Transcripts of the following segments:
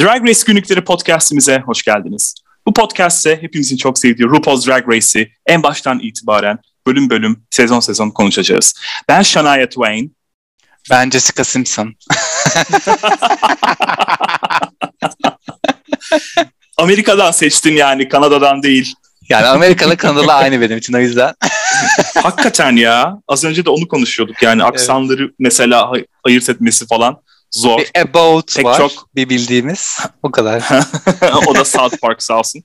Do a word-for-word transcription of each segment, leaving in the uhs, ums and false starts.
Drag Race Günlükleri podcastimize hoş geldiniz. Bu podcast'te hepimizin çok sevdiği RuPaul's Drag Race'i en baştan itibaren bölüm bölüm, sezon sezon konuşacağız. Ben Shania Twain. Ben Jessica Simpson. Amerika'dan seçtin yani, Kanada'dan değil. Yani Amerikalı Kanadalı aynı benim için, o yüzden. Hakikaten ya. Az önce de onu konuşuyorduk. Yani aksanları evet. mesela ayırt etmesi falan zor. Bir About Pek var. Çok... Bir bildiğimiz. O kadar. O da South Park sağ olsun.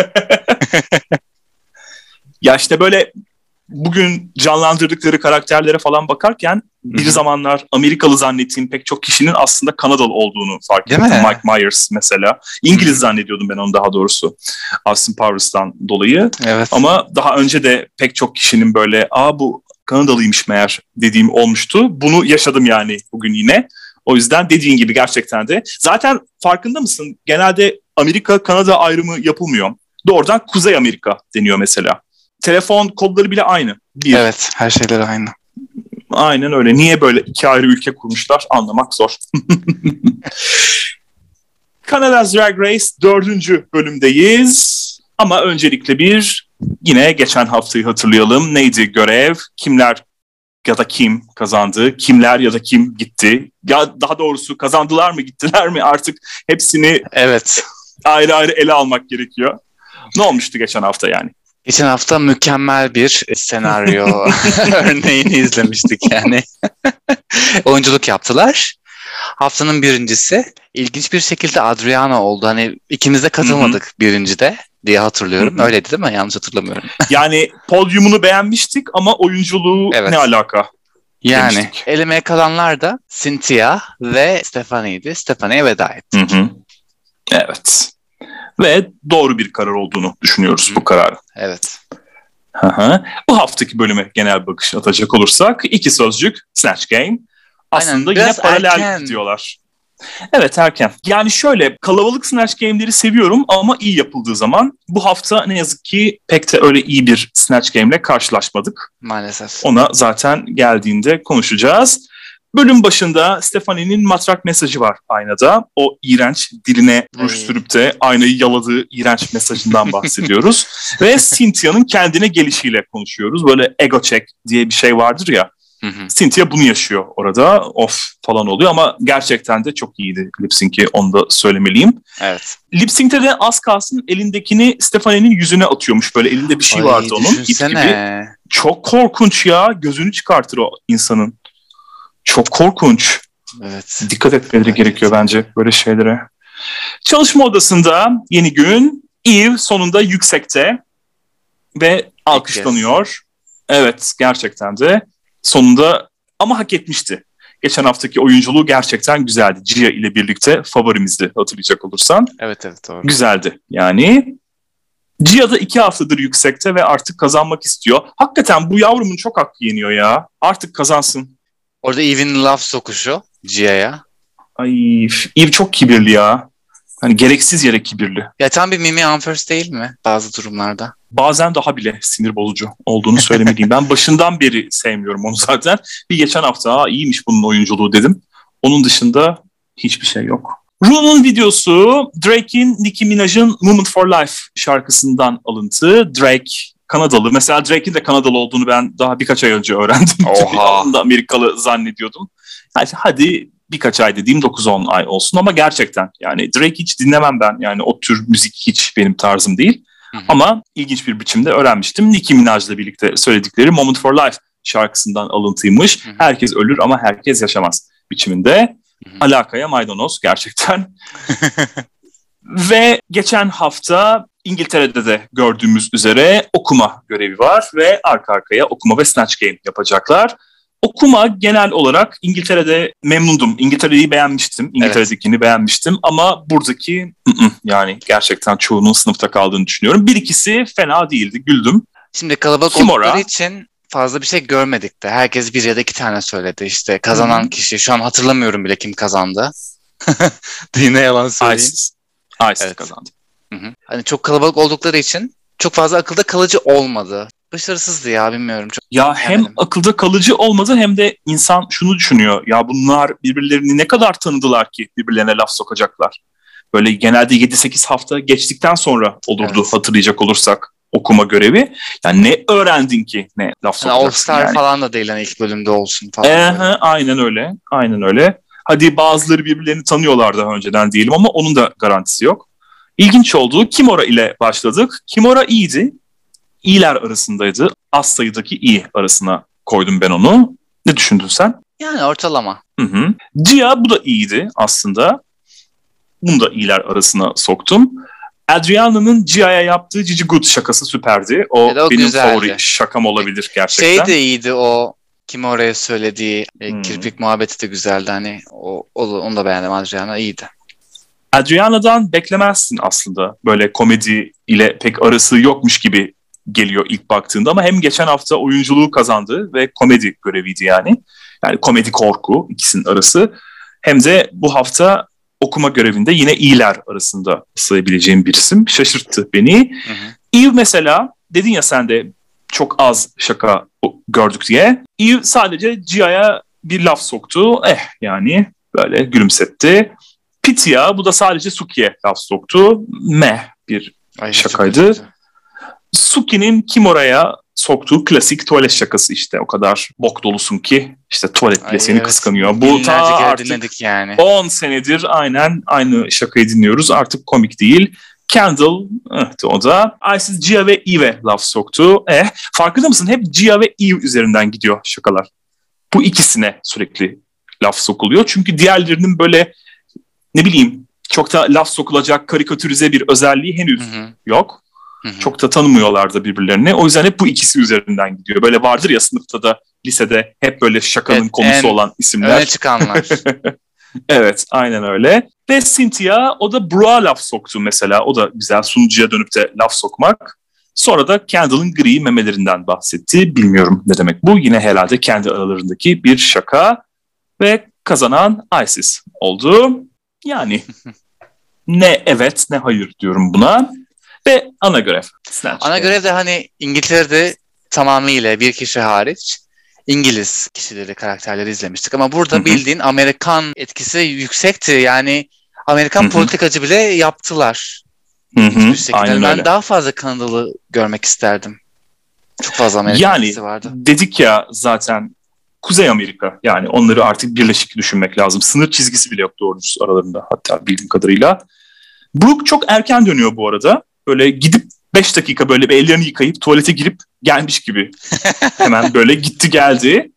Ya işte böyle bugün canlandırdıkları karakterlere falan bakarken bir Hı-hı. zamanlar Amerikalı zannettiğim pek çok kişinin aslında Kanadalı olduğunu fark ettim. Mike Myers mesela. İngiliz Hı-hı. zannediyordum ben onu, daha doğrusu. Austin Powers'tan dolayı. Evet. Ama daha önce de pek çok kişinin böyle aa bu Kanadalıymış meğer dediğim olmuştu. Bunu yaşadım yani bugün yine. O yüzden dediğin gibi gerçekten de. Zaten farkında mısın? Genelde Amerika-Kanada ayrımı yapılmıyor. Doğrudan Kuzey Amerika deniyor mesela. Telefon kodları bile aynı. Bir. Evet, her şeyler aynı. Aynen öyle. Niye böyle iki ayrı ülke kurmuşlar anlamak zor. Canada's Drag Race dördüncü bölümdeyiz. Ama öncelikle bir yine geçen haftayı hatırlayalım. Neydi görev? Kimler ya da kim kazandı? Kimler ya da kim gitti? Ya daha doğrusu kazandılar mı, gittiler mi? Artık hepsini evet. ayrı ayrı ele almak gerekiyor. Ne olmuştu geçen hafta yani? Geçen hafta mükemmel bir senaryo örneğini izlemiştik yani. Oyunculuk yaptılar. Haftanın birincisi ilginç bir şekilde Adriana oldu. Hani ikimiz de katılmadık Hı-hı. birincide diye hatırlıyorum. Hı-hı. Öyleydi değil mi? Yanlış hatırlamıyorum. Yani podyumunu beğenmiştik ama oyunculuğu evet. ne alaka? Yani demiştik. Elemeye kalanlar da Cynthia ve Stephanie'ydi. Stephanie'ye veda etti. Hı-hı. Evet. Ve doğru bir karar olduğunu düşünüyoruz Hı-hı. bu kararı. Evet. Hı-hı. Bu haftaki bölüme genel bakış atacak olursak iki sözcük Snatch Game. Aslında Aynen, yine paralel erken. gidiyorlar. Evet, erken. Yani şöyle, kalabalık Snatch Game'leri seviyorum ama iyi yapıldığı zaman. Bu hafta ne yazık ki pek de öyle iyi bir Snatch Game'le karşılaşmadık. Maalesef. Ona zaten geldiğinde konuşacağız. Bölüm başında Stephanie'nin matrak mesajı var aynada. O iğrenç diline ruj sürüp de aynayı yaladığı iğrenç mesajından bahsediyoruz. Ve Cynthia'nın kendine gelişiyle konuşuyoruz. Böyle ego check diye bir şey vardır ya. Hı hı. Cynthia bunu yaşıyor orada. Of falan oluyor ama gerçekten de çok iyiydi lip-sync'i, onu da söylemeliyim. Evet. Lip-sync'te de az kalsın elindekini Stephanie'nin yüzüne atıyormuş. Böyle elinde bir şey Ay, vardı onun. Düşünsene. İp gibi. Çok korkunç ya. Gözünü çıkartır o insanın. Çok korkunç. Evet. Dikkat etmeleri evet. gerekiyor bence böyle şeylere. Çalışma odasında yeni gün. Eve sonunda yüksekte ve alkışlanıyor. Evet, gerçekten de. Sonunda ama hak etmişti. Geçen haftaki oyunculuğu gerçekten güzeldi. Gia ile birlikte favorimizdi hatırlayacak olursan. Evet evet doğru. Güzeldi yani. Gia da iki haftadır yüksekte ve artık kazanmak istiyor. Hakikaten bu yavrumun çok hakkı yeniyor ya. Artık kazansın. Orada Eve'nin laf sokuşu Gia'ya. Ay, Eve çok kibirli ya. Hani gereksiz yere kibirli. Ya tam bir Mimi Unfirst değil mi bazı durumlarda? Bazen daha bile sinir bozucu olduğunu söylemeliyim. Ben başından beri sevmiyorum onu zaten. Bir geçen hafta iyiymiş bunun oyunculuğu dedim. Onun dışında hiçbir şey yok. Ru'nun videosu Drake'in Nicki Minaj'ın Moment for Life şarkısından alıntı. Drake Kanadalı. Mesela Drake'in de Kanadalı olduğunu ben daha birkaç ay önce öğrendim. Oha. Onu da Amerikalı zannediyordum. Yani hadi birkaç ay dediğim dokuz on ay olsun ama gerçekten yani Drake hiç dinlemem ben. Yani o tür müzik hiç benim tarzım değil. Hı hı. Ama ilginç bir biçimde öğrenmiştim. Nicki Minaj'la birlikte söyledikleri Moment for Life şarkısından alıntıymış. Hı hı. Herkes ölür ama herkes yaşamaz biçiminde. Hı hı. Alakaya maydanoz gerçekten. Ve geçen hafta İngiltere'de de gördüğümüz üzere okuma görevi var ve arka arkaya okuma ve Snatch Game yapacaklar. Okuma genel olarak İngiltere'de memnundum. İngiltere'yi beğenmiştim. İngiltere'dekini evet. beğenmiştim ama buradaki ı-ı, yani gerçekten çoğunun sınıfta kaldığını düşünüyorum. Bir ikisi fena değildi. Güldüm. Şimdi kalabalık Kim oldukları ora? için fazla bir şey görmedik de. Herkes bir ya da iki tane söyledi. İşte kazanan Hı-hı. kişi. Şu an hatırlamıyorum bile kim kazandı. Yine yalan söyleyeyim. Isis. Isis evet. kazandı. Hı-hı. Hani çok kalabalık oldukları için çok fazla akılda kalıcı olmadı. Başarısızdı ya bilmiyorum. Çok ya hem yani. akılda kalıcı olmadı hem de insan şunu düşünüyor. Ya bunlar birbirlerini ne kadar tanıdılar ki birbirlerine laf sokacaklar. böyle genelde yedi sekiz hafta geçtikten sonra olurdu, Evet. hatırlayacak olursak okuma görevi. Yani ne öğrendin ki ne laf Yani sokacaksın All Star yani. falan da değil hani ilk bölümde olsun falan. Ee, böyle. aynen öyle. Aynen öyle. Hadi bazıları birbirlerini tanıyorlar daha önceden diyelim ama onun da garantisi yok. İlginç olduğu Kimura ile başladık. Kimura iyiydi. İyiler arasındaydı. Az sayıdaki iyi arasına koydum ben onu. Ne düşündün sen? Yani ortalama. Hı hı. Gia bu da iyiydi aslında. Bunu da iyiler arasına soktum. Adriana'nın Gia'ya yaptığı Cici Good şakası süperdi. O, Evet, o benim güzeldi. favori şakam olabilir gerçekten. Şey de iyiydi o kim oraya söylediği e, Hmm. kirpik muhabbeti de güzeldi. Hani o, o onu da beğendim, Adriana iyiydi. Adriana'dan beklemezsin aslında. Böyle komedi ile pek arası yokmuş gibi geliyor ilk baktığında ama hem geçen hafta oyunculuğu kazandı ve komedi göreviydi yani. Yani komedi korku ikisinin arası. Hem de bu hafta okuma görevinde yine iyiler arasında sayabileceğim bir isim. Şaşırttı beni. Hı hı. Eve mesela dedin ya sen de çok az şaka gördük diye. Eve sadece Gia'ya bir laf soktu. Eh yani böyle gülümsetti. Pitya bu da sadece Suki'ye laf soktu. Meh bir Ay, şakaydı. Suki'nin Kimura'ya soktuğu klasik tuvalet şakası işte. O kadar bok dolusun ki işte tuvalet bile Ay, seni evet. kıskanıyor. Bu Binlerce ta kere artık dinledik yani. on senedir aynen aynı şakayı dinliyoruz. Artık komik değil. Kendall, evet, o da Isis, Gia ve Eve laf soktu. Eh, farkında mısın? Hep Gia ve Eve üzerinden gidiyor şakalar. Bu ikisine sürekli laf sokuluyor. Çünkü diğerlerinin böyle ne bileyim çok da laf sokulacak karikatürize bir özelliği henüz Hı hı. yok. Hı hı. Çok da tanımıyorlar da birbirlerini. O yüzden hep bu ikisi üzerinden gidiyor. Böyle vardır ya sınıfta da lisede hep böyle şakanın Evet, konusu en olan isimler. öne çıkanlar. Evet, aynen öyle. Ve Cynthia o da Bro'a laf soktu mesela. O da güzel sunucuya dönüp de laf sokmak. Sonra da Kendall'ın gri memelerinden bahsetti. Bilmiyorum ne demek bu. Yine herhalde kendi aralarındaki bir şaka. Ve kazanan Isis oldu. Yani ne evet ne hayır diyorum buna. Ve ana görev. Snatch. Ana görev de hani İngiltere'de tamamıyla bir kişi hariç İngiliz kişileri, karakterleri izlemiştik. Ama burada Hı hı. bildiğin Amerikan etkisi yüksekti. Yani Amerikan Hı hı. politikacı bile yaptılar. Hı İlginç hı, bir şekilde. aynen Ben öyle. daha fazla Kanadalı görmek isterdim. Çok fazla Amerikan Yani etkisi vardı. dedik ya zaten Kuzey Amerika, yani onları artık birleşik düşünmek lazım. Sınır çizgisi bile yok doğrusu aralarında hatta bildiğim kadarıyla. Brooke çok erken dönüyor bu arada. Böyle gidip beş dakika böyle bir ellerini yıkayıp tuvalete girip gelmiş gibi. Hemen böyle gitti geldi.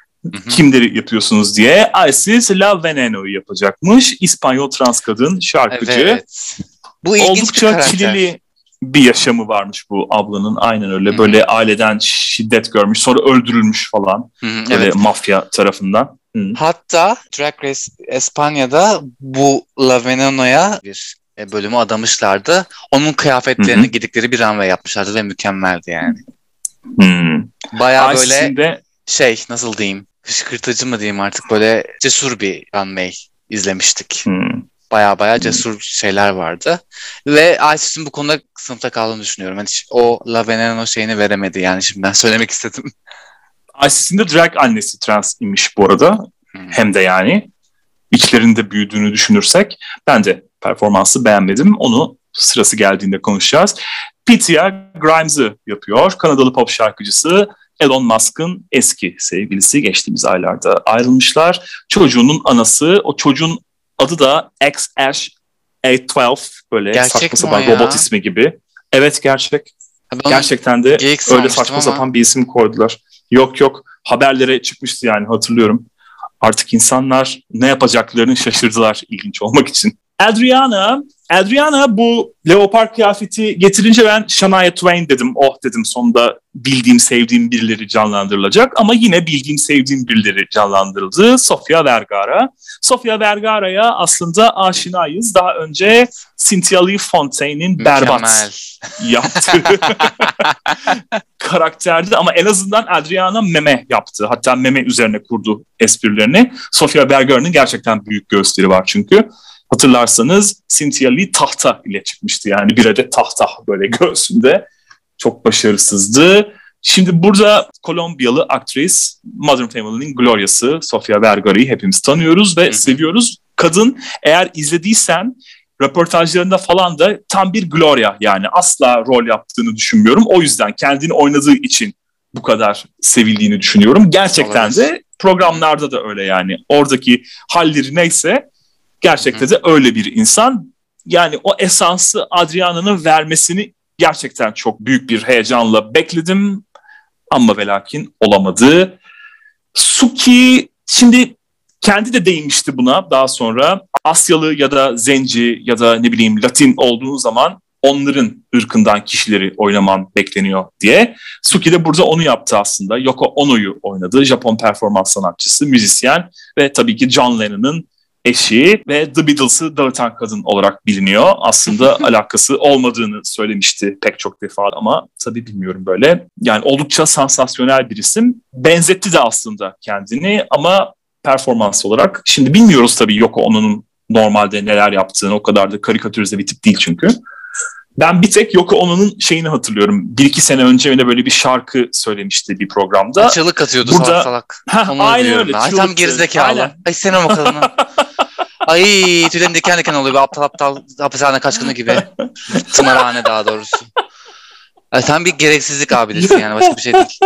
Kimleri yapıyorsunuz diye. Isis La Veneno'yu yapacakmış. İspanyol trans kadın şarkıcı. Evet. Bu ilginç Oldukça bir karakter. çileli bir yaşamı varmış bu ablanın. Aynen öyle. Hı-hı. Böyle aileden şiddet görmüş. Sonra öldürülmüş falan. Hı-hı, Böyle evet. mafya tarafından. Hı. Hatta Drag Race Espanya'da bu La Veneno'ya bir e, bölümü adamışlardı. Onun kıyafetlerini Hı-hı. gidikleri bir runway yapmışlardı ve mükemmeldi yani. Hmm. Bayağı Isis'in böyle de şey nasıl diyeyim, kışkırtıcı mı diyeyim artık, böyle cesur bir runway izlemiştik. hmm. Baya baya cesur şeyler vardı. Ve Isis'in bu konuda sınıfta kaldığını düşünüyorum. Yani hiç o La Veneno şeyini veremedi yani, şimdiden söylemek istedim. Isis'in de drag annesi trans imiş bu arada. Hmm. Hem de yani içlerinde büyüdüğünü düşünürsek ben de performansı beğenmedim. Onu sırası geldiğinde konuşacağız. Pitya Grimes'ı yapıyor. Kanadalı pop şarkıcısı. Elon Musk'ın eski sevgilisi, geçtiğimiz aylarda ayrılmışlar. Çocuğunun anası, o çocuğun adı da X Ash A on iki, böyle Gerçek saçma mi sapan o ya? robot ismi gibi. Evet, gerçek. Ben onu Gerçekten de geyik öyle sanmıştım saçma ama. sapan bir isim koydular. Yok yok, haberlere çıkmıştı yani, hatırlıyorum. Artık insanlar ne yapacaklarını şaşırdılar ilginç olmak için. Adriana, Adriana bu leopar kıyafeti getirince ben Shania Twain dedim. Oh dedim, sonunda bildiğim sevdiğim birileri canlandırılacak. Ama yine bildiğim sevdiğim birileri canlandırıldı. Sofia Vergara. Sofia Vergara'ya aslında aşinayız. Daha önce Cynthia Lee Fontaine'in berbat yaptığı karakterdi. Ama en azından Adriana meme yaptı. Hatta meme üzerine kurdu esprilerini. Sofia Vergara'nın gerçekten büyük göğüsleri var çünkü. Hatırlarsanız Cynthia Lee tahta ile çıkmıştı. Yani bir adet tahta böyle göğsünde. Çok başarısızdı. Şimdi burada Kolombiyalı aktris, Modern Family'nin Gloria'sı Sofia Vergara'yı hepimiz tanıyoruz ve Hı-hı. seviyoruz. Kadın, eğer izlediysen röportajlarında falan da tam bir Gloria, yani asla rol yaptığını düşünmüyorum. O yüzden kendini oynadığı için bu kadar sevildiğini düşünüyorum. Gerçekten de programlarda da öyle yani. Oradaki halleri neyse gerçekten de öyle bir insan. Yani o esansı Adriana'nın vermesini gerçekten çok büyük bir heyecanla bekledim. Ama ve lakin olamadı. Suki şimdi kendi de değinmişti buna daha sonra. Asyalı ya da Zenci ya da ne bileyim Latin olduğun zaman onların ırkından kişileri oynaman bekleniyor diye. Suki de burada onu yaptı aslında. Yoko Ono'yu oynadı. Japon performans sanatçısı, müzisyen ve tabii ki John Lennon'ın eşi ve The Beatles'ı dağıtan kadın olarak biliniyor. Aslında alakası olmadığını söylemişti pek çok defa ama tabii bilmiyorum böyle. Yani oldukça sansasyonel bir isim. Benzetti de aslında kendini ama performans olarak. Şimdi bilmiyoruz tabii Yoko Ono'nun normalde neler yaptığını, o kadar da karikatürize bir tip değil çünkü. Ben bir tek Yoko Ono'nun şeyini hatırlıyorum. Bir iki sene önce yine böyle bir şarkı söylemişti bir programda. Çığlık atıyordu Burada, salak salak. Heh, Onu aynen diyorum. öyle. Ay tam gerizekalı. Ay sen o kadını. Ay tüylerim diken diken oluyor. Aptal aptal hapishane kaçkını gibi. Tımarhane daha doğrusu. Ay tam bir gereksizlik abidesi yani, başka bir şey değil.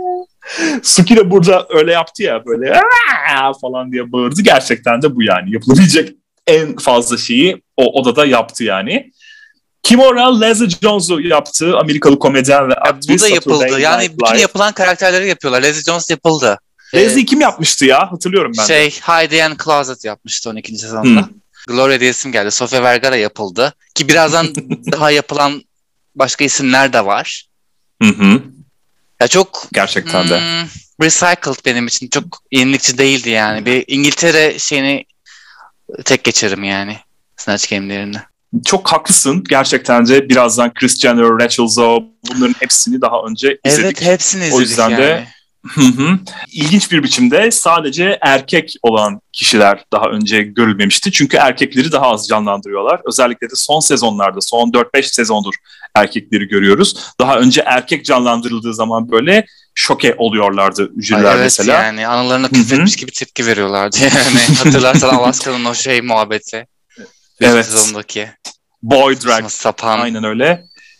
Suki de burada öyle yaptı ya, böyle falan diye bağırdı. Gerçekten de bu yani. Yapılabilecek en fazla şeyi o odada yaptı yani. Kimora Leslie Jones'u yaptı. Amerikalı komedyen ve aktris. Bu da yapıldı. Yani bütün yapılan karakterleri yapıyorlar. Leslie Jones yapıldı. Leslie ee, kim yapmıştı ya? Hatırlıyorum ben Şey, de. Hide and Closet yapmıştı on ikinci sezonda. Hmm. Gloria diye isim geldi. Sofia Vergara yapıldı. Ki birazdan daha yapılan başka isimler de var. Hı hı. Ya çok gerçekten hmm, de. Recycled benim için. Çok yenilikçi değildi yani. Bir İngiltere şeyini tek geçerim yani. Snatch Game'lerinde. Çok haklısın. Gerçekten de birazdan Kris Jenner, Rachel Zoe, bunların hepsini daha önce izledik. Evet, hepsini izledik. O yüzden yani. de hı hı. İlginç bir biçimde sadece erkek olan kişiler daha önce görülmemişti. Çünkü erkekleri daha az canlandırıyorlar. Özellikle de son sezonlarda, son dört beş sezondur erkekleri görüyoruz. Daha önce erkek canlandırıldığı zaman böyle şoke oluyorlardı jüriler evet, mesela. Evet yani analarına küfretmiş gibi tepki veriyorlardı. Yani hatırlarsan Alaska'nın o şey muhabbeti. Evet. Sezondaki. Boy drag. Sapan. Aynen öyle.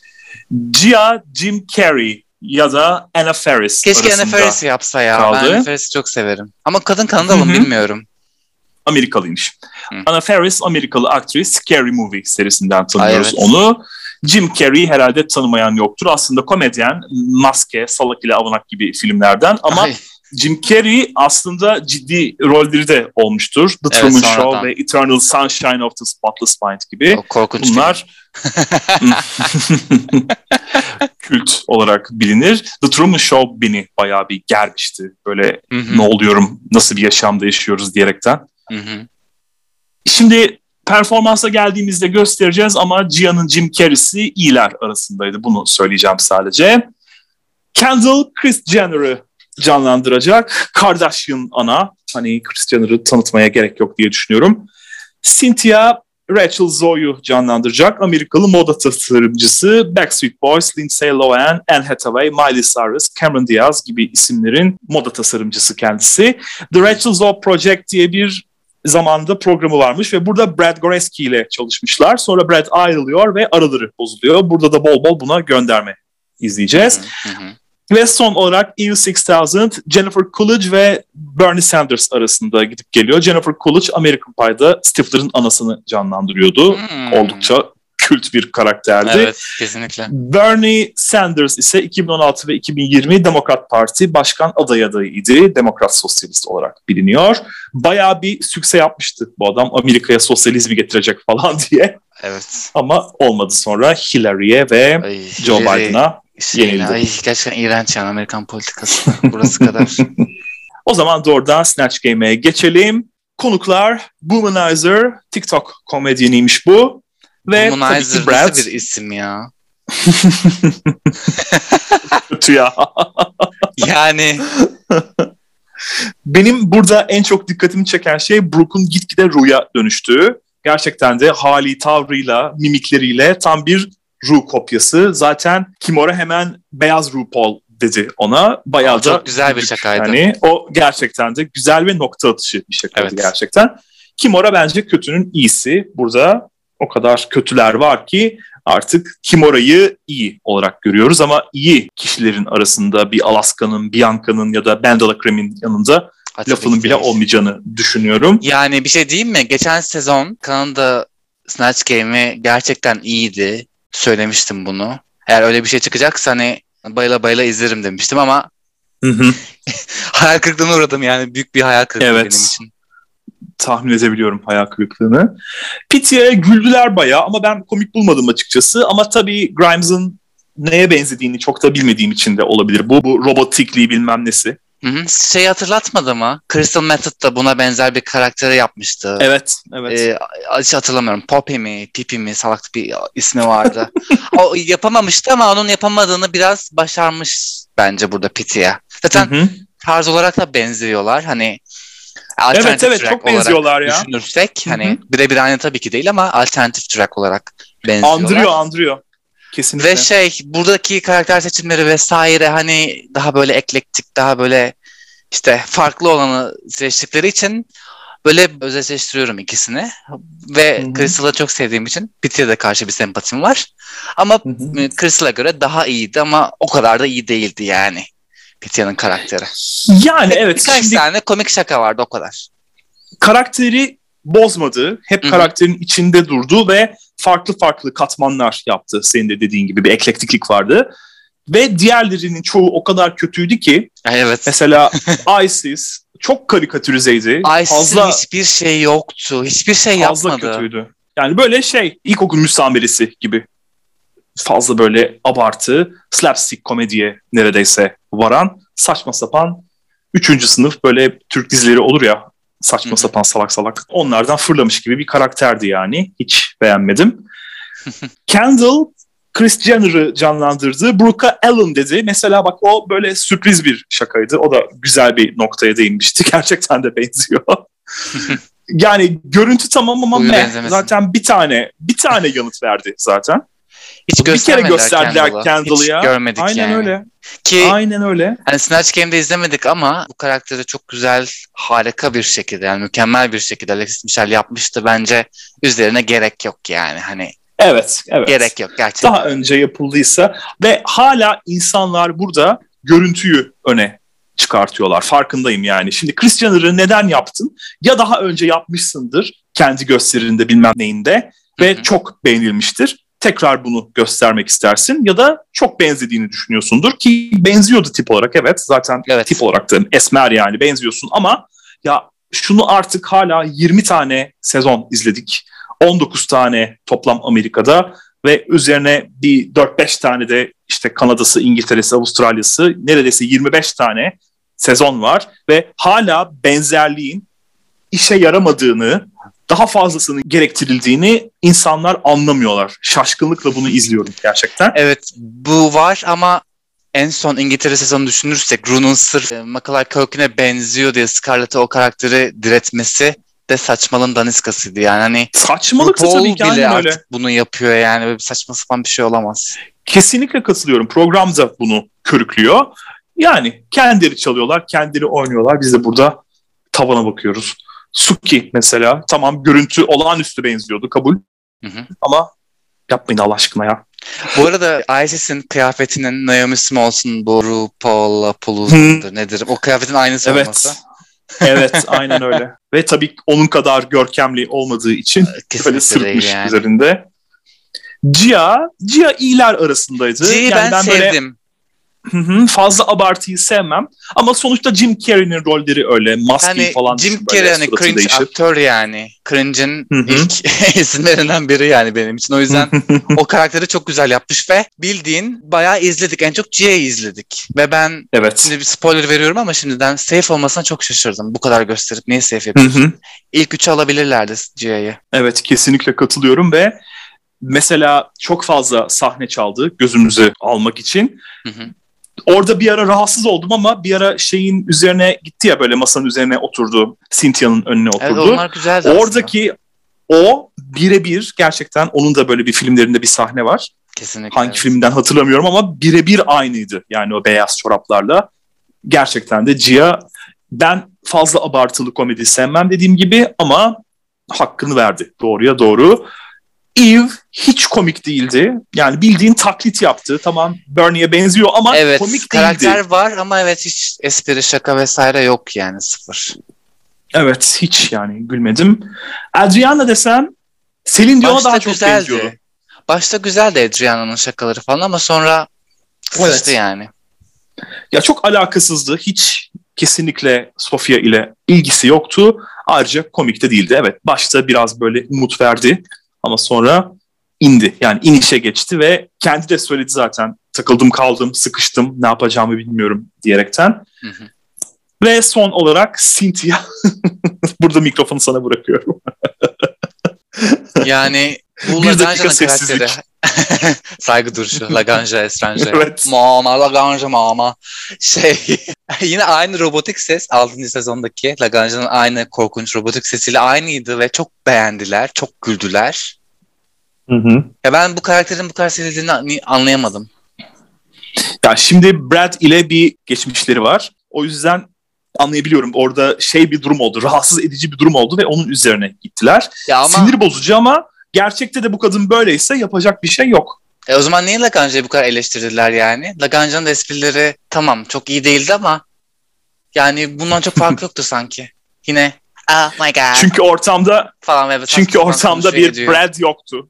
Gia, Jim Carrey ya da Anna Faris Keşke Anna Faris yapsa ya. kaldı. Ben Anna Faris'i çok severim. Ama kadın Kanadalı mı bilmiyorum. Amerikalıymış. Hı. Anna Faris Amerikalı aktris. Scary Movie serisinden tanıyoruz evet. onu. Jim Carrey herhalde tanımayan yoktur. Aslında komedyen, Maske, Salak ile Avanak gibi filmlerden ama Ay. Jim Carrey aslında ciddi rolleri de olmuştur. The evet, Truman sonradan. Show ve Eternal Sunshine of the Spotless Mind gibi. O korkunç bunlar kült olarak bilinir. The Truman Show beni bayağı bir germişti. Böyle Hı-hı. ne oluyorum, nasıl bir yaşamda yaşıyoruz diyerekten. Hı-hı. Şimdi performansa geldiğimizde göstereceğiz ama Gia'nın Jim Carrey'si iyiler arasındaydı. Bunu söyleyeceğim sadece. Kendall Kris Jenner'ı canlandıracak. Kardashian ana. Hani Kris Jenner'ı tanıtmaya gerek yok diye düşünüyorum. Cynthia Rachel Zoe'yu canlandıracak. Amerikalı moda tasarımcısı. Backstreet Boys, Lindsay Lohan, Anne Hathaway, Miley Cyrus, Cameron Diaz gibi isimlerin moda tasarımcısı kendisi. The Rachel Zoe Project diye bir zamanda programı varmış ve burada Brad Goreski ile çalışmışlar. Sonra Brad ayrılıyor ve araları bozuluyor. Burada da bol bol buna gönderme izleyeceğiz. Hı hı. Ve son olarak E U altı yüz, Jennifer Coolidge ve Bernie Sanders arasında gidip geliyor. Jennifer Coolidge American Pie'da Stifler'ın anasını canlandırıyordu. Hmm. Oldukça kült bir karakterdi. Evet, kesinlikle. Bernie Sanders ise iki bin on altı ve iki bin yirmi Demokrat Parti Başkan adayı adayıydı. Demokrat Sosyalist olarak biliniyor. Bayağı bir sükse yapmıştı bu adam. Amerika'ya sosyalizmi getirecek falan diye. Evet. Ama olmadı sonra Hillary'e ve Ay, Joe Hillary. Biden'a yenildi. Ay, gerçekten iğrenç yani Amerikan politikası. Burası kadar. O zaman doğrudan Snatch Game'e geçelim. Konuklar Womanizer, TikTok komedyeniymiş bu. Ve Womanizer nasıl bir isim ya? Kötü ya. Yani. Benim burada en çok dikkatimi çeken şey Brooke'un gitgide Ru'ya dönüştüğü. Gerçekten de hali tavrıyla, mimikleriyle tam bir Ru kopyası. Zaten Kimora hemen beyaz RuPaul dedi ona. Bayağı Aa, da çok güzel bir şakaydı. Yani o gerçekten de güzel ve nokta atışı bir şakaydı evet. Gerçekten. Kimora bence kötünün iyisi burada. O kadar kötüler var ki artık Kimora'yı iyi olarak görüyoruz ama iyi kişilerin arasında bir Alaska'nın, Bianca'nın ya da Bandala Cream'in yanında ha, lafının bile olmayacağını düşünüyorum. Yani bir şey diyeyim mi? Geçen sezon Kanada Snatch Game'i gerçekten iyiydi. Söylemiştim bunu. Eğer öyle bir şey çıkacaksa hani bayıla bayıla izlerim demiştim ama hı hı. hayal kırıklığına uğradım yani. Büyük bir hayal kırıklığı evet. Benim için. Tahmin edebiliyorum hayal kırıklığını. Pitty'ye güldüler bayağı ama ben komik bulmadım açıkçası. Ama tabii Grimes'ın neye benzediğini çok da bilmediğim için de olabilir. Bu, bu robotikliği bilmem nesi. Hı hı. Şey hatırlatmadı mı? Crystal Method da buna benzer bir karakteri yapmıştı. Evet, evet. Ee, hiç hatırlamıyorum. Poppy mi, Pipi mi salak bir ismi vardı. O yapamamıştı ama onun yapamadığını biraz başarmış bence burada Pitty'ye. Zaten hı hı. tarz olarak da benziyorlar. Hani evet evet çok benziyorlar ya. Düşünürsek hı hı. hani birebir aynı tabii ki değil ama alternatif track olarak benziyorlar. Andırıyor, andırıyor. Kesinlikle. Ve şey buradaki karakter seçimleri vesaire hani daha böyle eklektik, daha böyle işte farklı olanı seçtikleri için böyle özdeşleştiriyorum ikisini. Ve Crystal'ı çok sevdiğim için Pitty'ye de karşı bir sempatim var. Ama Crystal'a göre daha iyiydi ama o kadar da iyi değildi yani Pitty'nin karakteri. Yani Ve evet. Birkaç şimdi... tane komik şaka vardı o kadar. Karakteri bozmadı. Hep Hı-hı. karakterin içinde durdu ve farklı farklı katmanlar yaptı. Senin de dediğin gibi bir eklektiklik vardı. Ve diğerlerinin çoğu o kadar kötüydü ki. Evet. Mesela Isis çok karikatürizeydi. Isis'in hiçbir şey yoktu. Hiçbir şey fazla yapmadı. Fazla kötüydü. Yani böyle şey ilkokul müsameresi gibi. Fazla böyle abartı, slapstick komediye neredeyse varan saçma sapan üçüncü sınıf böyle Türk dizileri olur ya. Saçma Hı-hı. sapan salak salak. Onlardan fırlamış gibi bir karakterdi yani. Hiç beğenmedim. Kendall, Kris Jenner'ı canlandırdı. Brooke'a Allen dedi. Mesela bak o böyle sürpriz bir şakaydı. O da güzel bir noktaya değinmişti. Gerçekten de benziyor. Yani görüntü tamam ama meh. Zaten bir tane bir tane yanıt verdi zaten. Hiç bir kere gösterdiler Kendall'ı ya. Hiç görmedik Aynen yani. öyle. Ki Aynen öyle. Hani Snatch Game'de izlemedik ama bu karakteri çok güzel, harika bir şekilde yani mükemmel bir şekilde Alexis Michelle yapmıştı. Bence üzerine gerek yok yani hani. Evet, evet. Gerek yok gerçekten. Daha önce yapıldıysa ve hala insanlar burada görüntüyü öne çıkartıyorlar. Farkındayım yani. Şimdi Kris Jenner'ı neden yaptın? Ya daha önce yapmışsındır kendi gösterinde bilmem neyinde ve Hı-hı. çok beğenilmiştir. Tekrar bunu göstermek istersin ya da çok benzediğini düşünüyorsundur ki benziyordu tip olarak evet zaten evet. Tip olarak da esmer yani benziyorsun ama ya şunu artık hala yirmi tane sezon izledik. on dokuz tane toplam Amerika'da ve üzerine bir dört beş tane de işte Kanada'sı, İngiltere'si, Avustralya'sı neredeyse yirmi beş tane sezon var ve hala benzerliğin işe yaramadığını, daha fazlasının gerektirildiğini insanlar anlamıyorlar. Şaşkınlıkla bunu izliyorum gerçekten. Evet bu var ama en son İngiltere sezonu düşünürsek Ru'nun sırf e, Macaulay Culkin'e benziyor diye Scarlett'e o karakteri diretmesi de saçmalığın daniskasıydı yani. Hani saçmalık tabii ki bile artık öyle. Bunu yapıyor yani böyle bir saçma sapan bir şey olamaz. Kesinlikle katılıyorum. Program da bunu körüklüyor. Yani kendileri çalıyorlar, kendileri oynuyorlar. Biz de burada tavana bakıyoruz. Suki mesela tamam görüntü olağanüstü benziyordu kabul. Hı hı. Ama yapmayın Allah aşkına ya. Bu arada Isis'in kıyafetinin Naomi Smalls'un bu RuPaul'la Pulu'dur nedir? O kıyafetin aynısı evet. olması. Evet aynen öyle. Ve tabii onun kadar görkemli olmadığı için kesinlikle böyle sırıtmış yani. Üzerinde. Gia, Gia iyiler arasındaydı. Gia'yı yani ben, ben sevdim. Böyle... Hı hı, fazla abartıyı sevmem. Ama sonuçta Jim Carrey'nin rolleri öyle. Maskeyi yani falan Jim Carrey hani cringe değişir. Aktör yani. Cringe'in ilk isimlerinden biri yani benim için. O yüzden o karakteri çok güzel yapmış ve bildiğin bayağı izledik. En çok Gia'yı izledik. Ve ben evet. Şimdi bir spoiler veriyorum ama şimdiden safe olmasına çok şaşırdım. Bu kadar gösterip niye safe yapıyorsun? İlk üçü alabilirlerdi Gia'yı. Evet kesinlikle katılıyorum ve mesela çok fazla sahne çaldı gözümüzü almak için. Hı hı. Orada bir ara rahatsız oldum ama bir ara şeyin üzerine gitti ya böyle masanın üzerine oturdu. Cynthia'nın önüne oturdu. Evet onlar güzeldi oradaki aslında. O birebir gerçekten onun da böyle bir filmlerinde bir sahne var. Kesinlikle. Hangi evet. filmden hatırlamıyorum ama birebir aynıydı. Yani o beyaz çoraplarla. Gerçekten de Gia ben fazla abartılı komedi sevmem dediğim gibi ama hakkını verdi. Doğruya doğru. Eve hiç komik değildi. Yani bildiğin taklit yaptı. Tamam, Bernie'ye benziyor ama evet, komik değildi. Karakter var ama evet hiç espri, şaka vesaire yok yani, sıfır. Evet, hiç yani gülmedim. Adriana desen Celine Dion'a daha çok güzeldi. benziyordu. Başta güzeldi Adriana'nın şakaları falan ama sonra sıçtı evet. yani. Ya çok alakasızdı. Hiç kesinlikle Sofia ile ilgisi yoktu. Ayrıca komik de değildi. Evet, başta biraz böyle umut verdi ama sonra indi. Yani inişe geçti ve kendi de söyledi zaten. Takıldım kaldım, sıkıştım, ne yapacağımı bilmiyorum diyerekten. Hı hı. Ve son olarak Cynthia. Burada mikrofonu sana bırakıyorum. Yani bu bir dakika Laganja'nın sessizlik. karakteri. Saygı duruşu. Laganja, estranje. Evet. Mama, Laganja, mama. Şey, yine aynı robotik ses altıncı sezondaki Laganja'nın aynı korkunç robotik sesiyle aynıydı ve çok beğendiler, çok güldüler. Hı hı. Ya ben bu karakterin bu kadar sevildiğini anlayamadım. Ya şimdi Brad ile bir geçmişleri var. O yüzden anlayabiliyorum. Orada şey bir durum oldu. Rahatsız edici bir durum oldu ve onun üzerine gittiler. Ya ama... Sinir bozucu ama gerçekte de bu kadın böyleyse yapacak bir şey yok. E o zaman niye Laganja'yı bu kadar eleştirdiler yani? Laganja'nın esprileri tamam çok iyi değildi ama yani bundan çok farkı yoktu sanki. Yine oh my god. Çünkü ortamda falan evet, çünkü ortamda bir ediyor. Brad yoktu.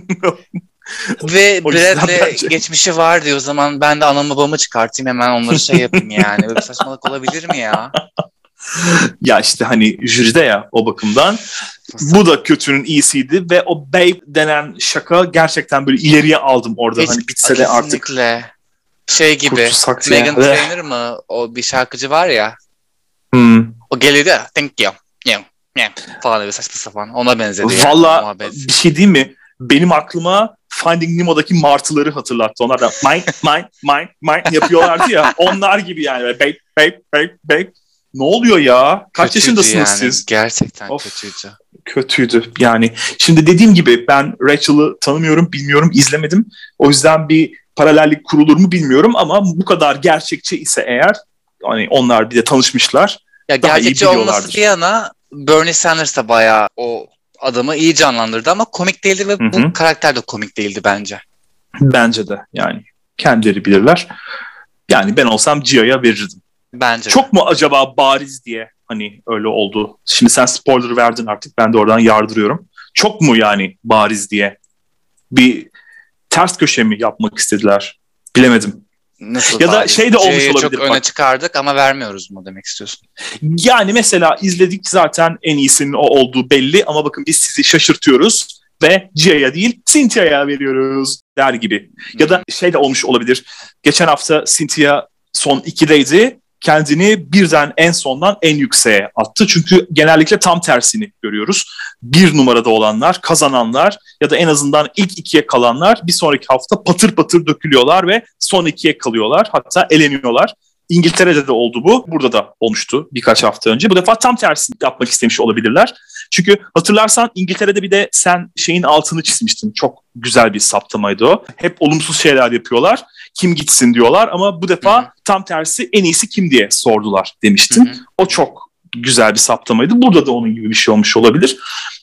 Ve Brad'le geçmişi var diyor, o zaman ben de anamı babamı çıkartayım hemen onları şey yapayım yani. Böyle bir saçmalık olabilir mi ya? Ya işte hani jüride ya o bakımdan. Bu da kötünün iyisiydi ve o babe denen şaka gerçekten böyle ileriye aldım orada. Hiç, hani bitse de artık. Kesinlikle. Şey gibi. Meghan Trainor mı? O bir şarkıcı var ya. Hmm. O geliyordu ya. Thank you. Yeah. Yeah. Falan böyle saçma sapan. Ona benzedi. Valla yani, bir şey diyeyim mi? Benim aklıma Finding Nemo'daki martıları hatırlattı. Onlar da mine, mine, mine, mine yapıyorlardı ya. Onlar gibi yani. Babe, babe, babe, babe. Ne oluyor ya? Kaç kötüydü yaşındasınız yani, siz? Gerçekten of, kötüydü. Kötüydü yani. Şimdi dediğim gibi ben Rachel'ı tanımıyorum, bilmiyorum, izlemedim. O yüzden bir paralellik kurulur mu bilmiyorum ama bu kadar gerçekçi ise eğer, hani onlar bir de tanışmışlar. Ya gerçekçi olması bir yana Bernie Sanders da bayağı o adamı iyi canlandırdı ama komik değildi ve Hı-hı. bu karakter de komik değildi bence. Bence de yani kendileri bilirler. Yani ben olsam Gia'ya verirdim. Bence çok de. mu acaba bariz diye hani öyle oldu. Şimdi sen spoiler verdin artık, ben de oradan yardırıyorum. Çok mu yani bariz diye bir ters köşe mi yapmak istediler? Bilemedim. Nasıl ya da şey de olmuş C'yi olabilir. Çok öne çıkardık ama vermiyoruz mu demek istiyorsun? Yani mesela izledik zaten, en iyisinin o olduğu belli ama bakın biz sizi şaşırtıyoruz ve Gia'ya değil Cynthia'ya veriyoruz der gibi. Hmm. Ya da şey de olmuş olabilir. Geçen hafta Cynthia son ikideydi. Kendini birden en sondan en yükseğe attı. Çünkü genellikle tam tersini görüyoruz. Bir numarada olanlar, kazananlar ya da en azından ilk ikiye kalanlar bir sonraki hafta patır patır dökülüyorlar ve son ikiye kalıyorlar. Hatta eleniyorlar. İngiltere'de de oldu bu. Burada da olmuştu birkaç hafta önce. Bu defa tam tersini yapmak istemiş olabilirler. Çünkü hatırlarsan İngiltere'de bir de sen şeyin altını çizmiştin. Çok güzel bir saptamaydı o. Hep olumsuz şeyler yapıyorlar. Kim gitsin diyorlar ama bu defa Hı-hı. tam tersi en iyisi kim diye sordular demiştin. Hı-hı. O çok güzel bir saptamaydı. Burada da onun gibi bir şey olmuş olabilir.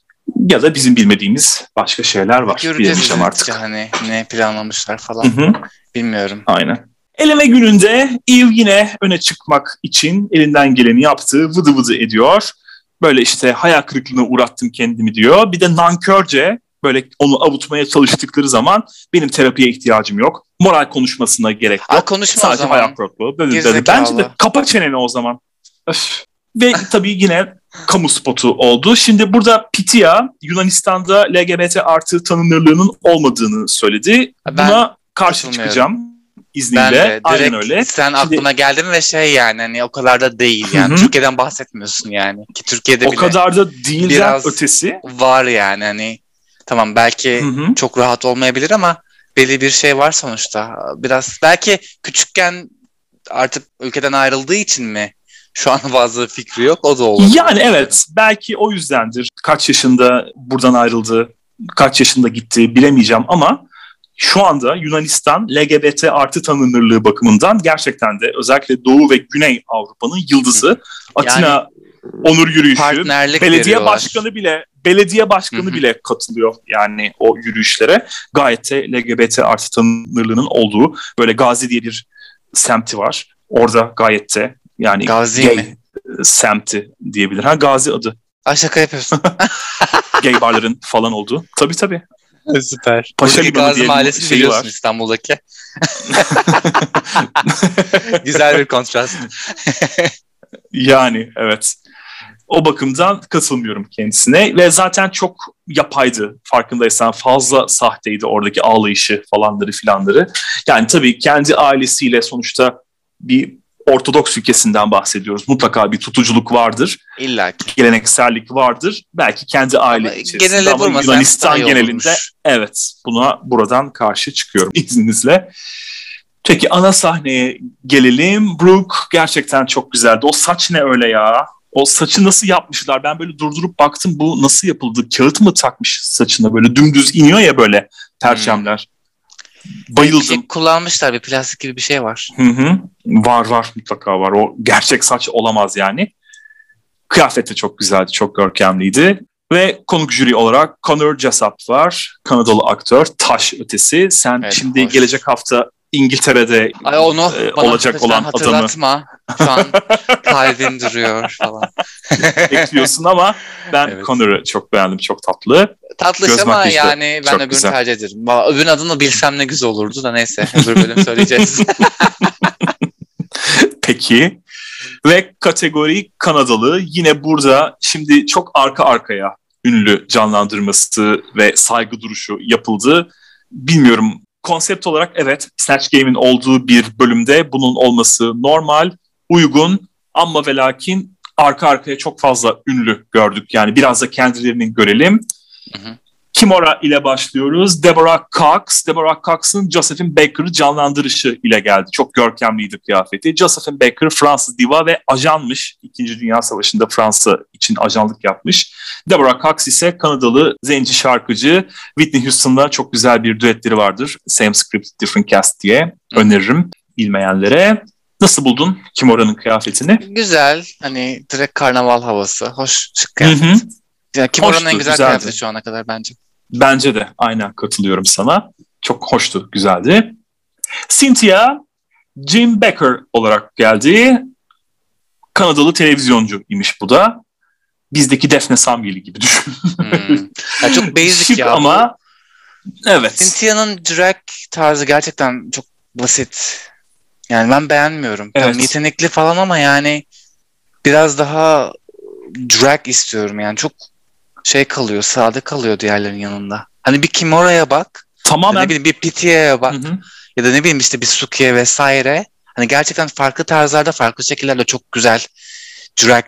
Ya da bizim bilmediğimiz başka şeyler var. Göreceğiz artık. Hani ne planlamışlar falan. Hı-hı. Bilmiyorum. Aynen. Eleme gününde Eve yine öne çıkmak için elinden geleni yaptı. Vıdı vıdı ediyor. Böyle işte hayal kırıklığına uğrattım kendimi diyor. Bir de nankörce böyle onu avutmaya çalıştıkları zaman benim terapiye ihtiyacım yok. Moral konuşmasına gerek yok. Aa, konuşma sadece o zaman. hayal kırıklığı. Bence de kapa çeneni o zaman. Öf. Ve tabii yine kamu spotu oldu. Şimdi burada Pitya Yunanistan'da L G B T artı tanınırlığının olmadığını söyledi. Buna karşı çıkacağım. İzniyle. Ben de, aynen öyle. Sen aklıma geldin ve şey yani hani o kadar da değil yani. Hı-hı. Türkiye'den bahsetmiyorsun yani. Ki Türkiye'de o bile kadar da değilden biraz ötesi var yani hani. Tamam belki Hı-hı. çok rahat olmayabilir ama belli bir şey var sonuçta. Biraz belki küçükken artık ülkeden ayrıldığı için mi şu an bazı fikri yok, o da olur. Yani evet, belki o yüzdendir. Kaç yaşında buradan ayrıldı, kaç yaşında gitti bilemeyeceğim ama şu anda Yunanistan L G B T artı tanınırlığı bakımından gerçekten de özellikle Doğu ve Güney Avrupa'nın yıldızı. Hı. Atina yani, onur yürüyüşü. Partnerlik belediye veriyorlar. başkanı bile belediye başkanı Hı-hı. bile katılıyor yani o yürüyüşlere. Gayet de L G B T artı tanınırlığının olduğu böyle Gazi diye bir semti var. Orada gayet de yani Gazi gay mi? semti diyebilir. Ha Gazi adı. Ay şaka yapıyorsun. Gay barların falan olduğu. Tabii tabii. Süper. Paşa Buradaki Gazi Mahallesi'ni şey biliyorsun var. İstanbul'daki. Güzel bir kontrast. Yani evet. O bakımdan katılmıyorum kendisine ve zaten çok yapaydı farkındaysan, fazla sahteydi oradaki ağlayışı falanları filanları. Yani tabii kendi ailesiyle sonuçta bir Ortodoks ülkesinden bahsediyoruz. Mutlaka bir tutuculuk vardır. İlla ki. Geleneksellik vardır. Belki kendi aile ama içerisinde ama Yunanistan genelinde evet buna buradan karşı çıkıyorum izninizle. Peki ana sahneye gelelim. Brooke gerçekten çok güzeldi. O saç ne öyle ya? O saçı nasıl yapmışlar? Ben böyle durdurup baktım bu nasıl yapıldı? Kağıt mı takmış saçına böyle dümdüz iniyor ya böyle perçemler. Hmm. Bayıldım. Bir şey kullanmışlar, bir plastik gibi bir şey var. Hı hı. Var var mutlaka var. O gerçek saç olamaz yani. Kıyafet de çok güzeldi, çok görkemliydi. Ve konuk jüri olarak Conor Jessup var. Kanadalı aktör, taş ötesi. Sen evet, şimdi hoş. Gelecek hafta İngiltere'de Ay onu e, olacak olan hatırlatma. adamı. Şu an kalbin duruyor falan. Bekliyorsun ama ben evet. Conor'u çok beğendim. Çok tatlı. Tatlış ama yani ben öbürünü güzel. tercih ederim. Öbürünün adını bilsem ne güzel olurdu da neyse. Öbür bölüm söyleyeceğiz. Peki. Ve kategori Kanadalı. Yine burada şimdi çok arka arkaya ünlü canlandırması ve saygı duruşu yapıldı. Bilmiyorum. Konsept olarak evet Snatch Game'in olduğu bir bölümde bunun olması normal, uygun ama ve lakin arka arkaya çok fazla ünlü gördük. Yani biraz da kendilerini görelim. Hı hı. Kimora ile başlıyoruz. Deborah Cox. Deborah Cox'ın Josephine Baker'ı canlandırışı ile geldi. Çok görkemliydi kıyafeti. Josephine Baker Fransız diva ve ajanmış. İkinci Dünya Savaşı'nda Fransa için ajanlık yapmış. Deborah Cox ise Kanadalı zenci şarkıcı. Whitney Houston'la çok güzel bir düetleri vardır. Same Script, Different Cast diye öneririm bilmeyenlere. Nasıl buldun Kimora'nın kıyafetini? Güzel. Hani direkt karnaval havası. Hoş, şık kıyafet. Hı hı. Yani Kimora'nın en güzel güzeldi. Kıyafeti şu ana kadar bence. Bence de. Aynen katılıyorum sana. Çok hoştu, güzeldi. Cynthia Jim Becker olarak geldi. Kanadalı televizyoncu imiş bu da. Bizdeki Defne Samyeli gibi düşün. Hmm. Ya çok basic Şık ya. Ama evet. Cynthia'nın drag tarzı gerçekten çok basit. Yani ben beğenmiyorum. Evet. Tam yetenekli falan ama yani biraz daha drag istiyorum yani. Çok şey kalıyor, sade kalıyor diğerlerinin yanında. Hani bir Kimora'ya bak. Tamamen. Ne bileyim bir Pithia'ya bak. Hı hı. Ya da ne bileyim işte bir Suki'ye vesaire. Hani gerçekten farklı tarzlarda, farklı şekillerle çok güzel drag